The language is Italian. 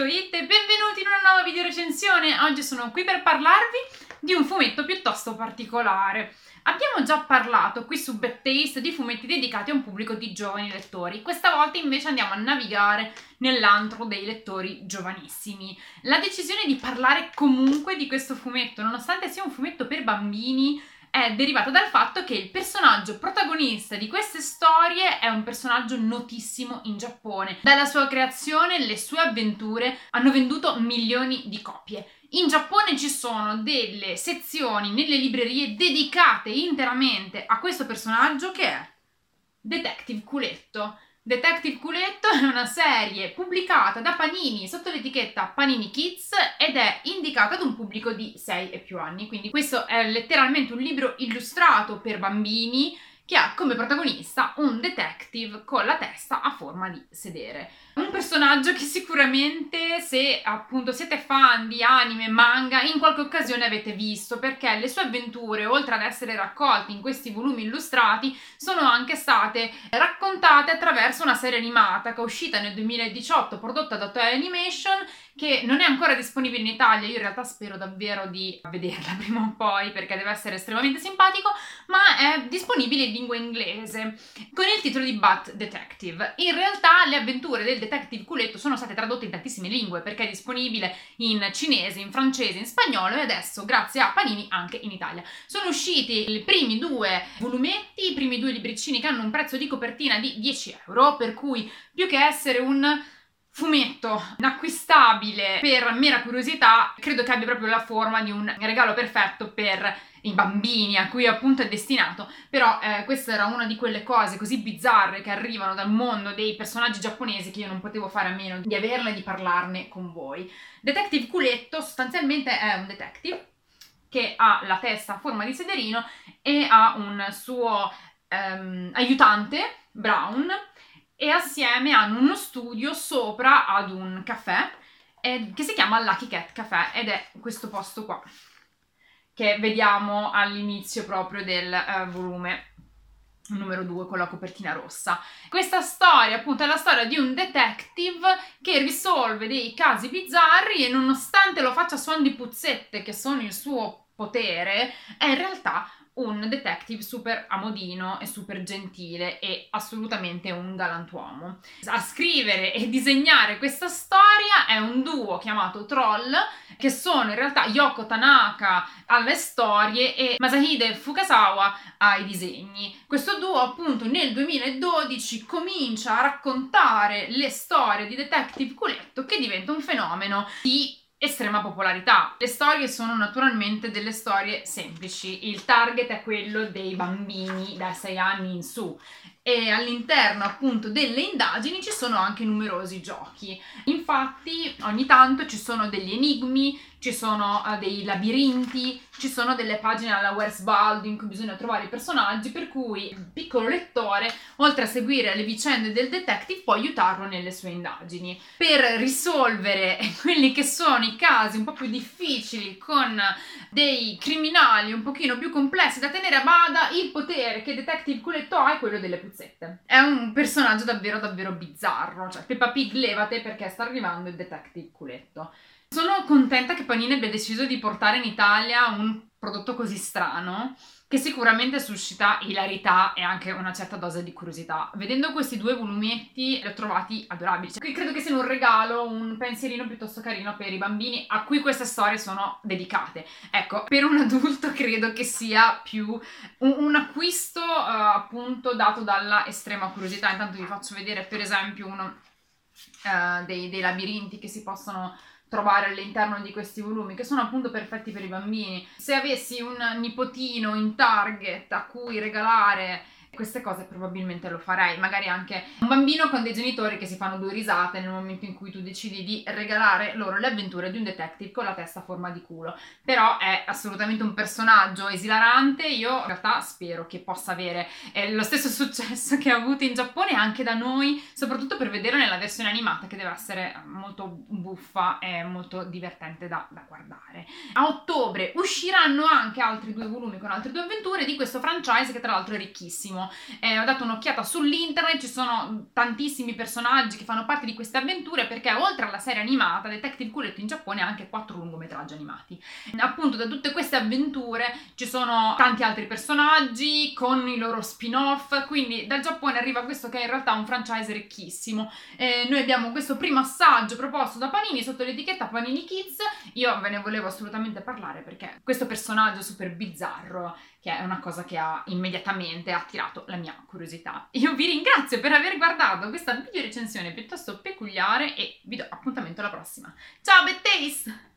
Lit e benvenuti in una nuova video recensione. Oggi sono qui per parlarvi di un fumetto piuttosto particolare. Abbiamo già parlato qui su Bad Taste di fumetti dedicati a un pubblico di giovani lettori. Questa volta invece andiamo a navigare nell'antro dei lettori giovanissimi. La decisione di parlare comunque di questo fumetto, nonostante sia un fumetto per bambini, è derivata dal fatto che il personaggio protagonista di queste storie è un personaggio notissimo in Giappone. Dalla sua creazione, le sue avventure hanno venduto milioni di copie. In Giappone ci sono delle sezioni nelle librerie dedicate interamente a questo personaggio che è Detective Culetto. Detective Culetto è una serie pubblicata da Panini sotto l'etichetta Panini Kids ed è indicata ad un pubblico di 6 e più anni, quindi questo è letteralmente un libro illustrato per bambini che ha come protagonista un detective con la testa a forma di sedere. Un personaggio che sicuramente, se appunto siete fan di anime e manga, in qualche occasione avete visto, perché le sue avventure, oltre ad essere raccolte in questi volumi illustrati, sono anche state raccontate attraverso una serie animata che è uscita nel 2018, prodotta da Toei Animation, che non è ancora disponibile in Italia. Io in realtà spero davvero di vederla prima o poi, perché deve essere estremamente simpatico, ma è disponibile in lingua inglese, con il titolo di Bat Detective. In realtà le avventure del Detective Culetto sono state tradotte in tantissime lingue, perché è disponibile in cinese, in francese, in spagnolo e adesso, grazie a Panini, anche in Italia. Sono usciti i primi 2 volumetti, i primi 2 libricini che hanno un prezzo di copertina di 10 euro, per cui più che essere un fumetto inacquistabile per mera curiosità, credo che abbia proprio la forma di un regalo perfetto per i bambini a cui appunto è destinato. Però questa era una di quelle cose così bizzarre che arrivano dal mondo dei personaggi giapponesi che io non potevo fare a meno di averla e di parlarne con voi. Detective Culetto sostanzialmente è un detective che ha la testa a forma di sederino e ha un suo aiutante, Brown, e assieme hanno uno studio sopra ad un caffè che si chiama Lucky Cat Café, ed è questo posto qua che vediamo all'inizio proprio del volume numero 2 con la copertina rossa. Questa storia appunto è la storia di un detective che risolve dei casi bizzarri e, nonostante lo faccia a suon di puzzette che sono il suo potere, è in realtà un detective super amodino e super gentile e assolutamente un galantuomo. A scrivere e disegnare questa storia è un duo chiamato Troll, che sono in realtà Yoko Tanaka alle storie e Masahide Fukasawa ai disegni. Questo duo appunto nel 2012 comincia a raccontare le storie di Detective Culetto, che diventa un fenomeno di estrema popolarità. Le storie sono naturalmente delle storie semplici, il target è quello dei bambini da 6 anni in su e all'interno appunto delle indagini ci sono anche numerosi giochi. Infatti ogni tanto ci sono degli enigmi, ci sono dei labirinti, ci sono delle pagine alla Where's Baldo in cui bisogna trovare i personaggi, per cui il piccolo lettore, oltre a seguire le vicende del detective, può aiutarlo nelle sue indagini. Per risolvere quelli che sono i casi un po' più difficili, con dei criminali un pochino più complessi da tenere a bada, il potere che Detective Culetto ha è quello delle puzzette. È un personaggio davvero davvero bizzarro, cioè Peppa Pig levate perché sta arrivando il Detective Culetto. Sono contenta che Panini abbia deciso di portare in Italia un prodotto così strano, che sicuramente suscita ilarità e anche una certa dose di curiosità. Vedendo questi 2 volumetti li ho trovati adorabili. Cioè, credo che sia un regalo, un pensierino piuttosto carino per i bambini a cui queste storie sono dedicate. Ecco, per un adulto credo che sia più un acquisto appunto dato dalla estrema curiosità. Intanto vi faccio vedere per esempio uno dei labirinti che si possono trovare all'interno di questi volumi, che sono appunto perfetti per i bambini. Se avessi un nipotino in Target a cui regalare queste cose, probabilmente lo farei. Magari anche un bambino con dei genitori che si fanno 2 risate nel momento in cui tu decidi di regalare loro le avventure di un detective con la testa a forma di culo. Però è assolutamente un personaggio esilarante. Io in realtà spero che possa avere lo stesso successo che ha avuto in Giappone anche da noi, soprattutto per vederlo nella versione animata, che deve essere molto buffa e molto divertente da guardare. A ottobre usciranno anche altri 2 volumi con altre 2 avventure di questo franchise, che tra l'altro è ricchissimo. Ho dato un'occhiata sull'internet, ci sono tantissimi personaggi che fanno parte di queste avventure, perché oltre alla serie animata Detective Curate in Giappone ha anche 4 lungometraggi animati. Appunto, da tutte queste avventure ci sono tanti altri personaggi con i loro spin-off, quindi dal Giappone arriva questo che è in realtà un franchise ricchissimo. Noi abbiamo questo primo assaggio proposto da Panini sotto l'etichetta Panini Kids. Io ve ne volevo assolutamente parlare perché questo personaggio super bizzarro, che è una cosa che ha immediatamente attirato la mia curiosità. Io vi ringrazio per aver guardato questa video recensione piuttosto peculiare e vi do appuntamento alla prossima. Ciao Bad Taste!